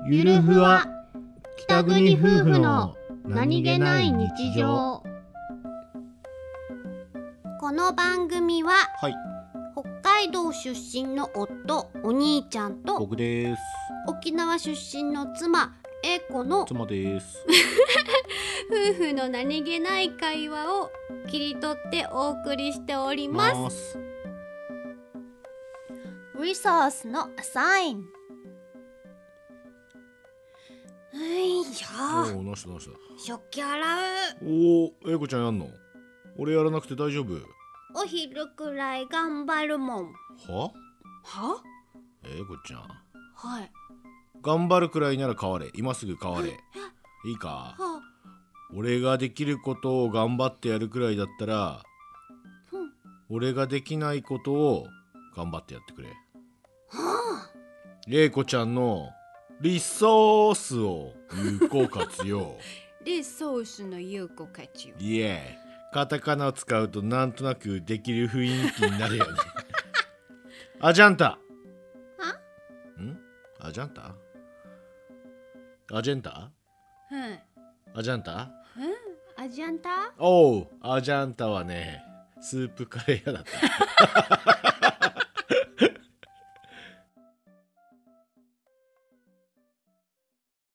ゆるふわ北国夫婦の何気ない日常。 この番組は、 はい、 北海道出身の夫お兄ちゃんと僕です。 沖縄出身の妻英子の妻です。 夫婦の何気ない会話を切り取ってお送りしております。リソースのアサイン。よおお、なしたなした。 食器洗う。 おお、英子ちゃんやんの？俺やらなくて大丈夫？ お昼くらい頑張るもん。 は？英子ちゃん、 はい。 頑張るくらいなら変われ。今すぐ変われ。いいか？俺ができることを頑張ってやるくらいだったら、俺ができないことを頑張ってやってくれ。英子ちゃんのリソースを有効活用。 リソースの有効活用。 イエー、カタカナを使うとなんとなくできる雰囲気になるよね。アジャンタ。アジャンタ？アジェンタ？ はい。 アジャンタ？ アジャンタ？ おう、アジャンタはね、スープカレー屋だった。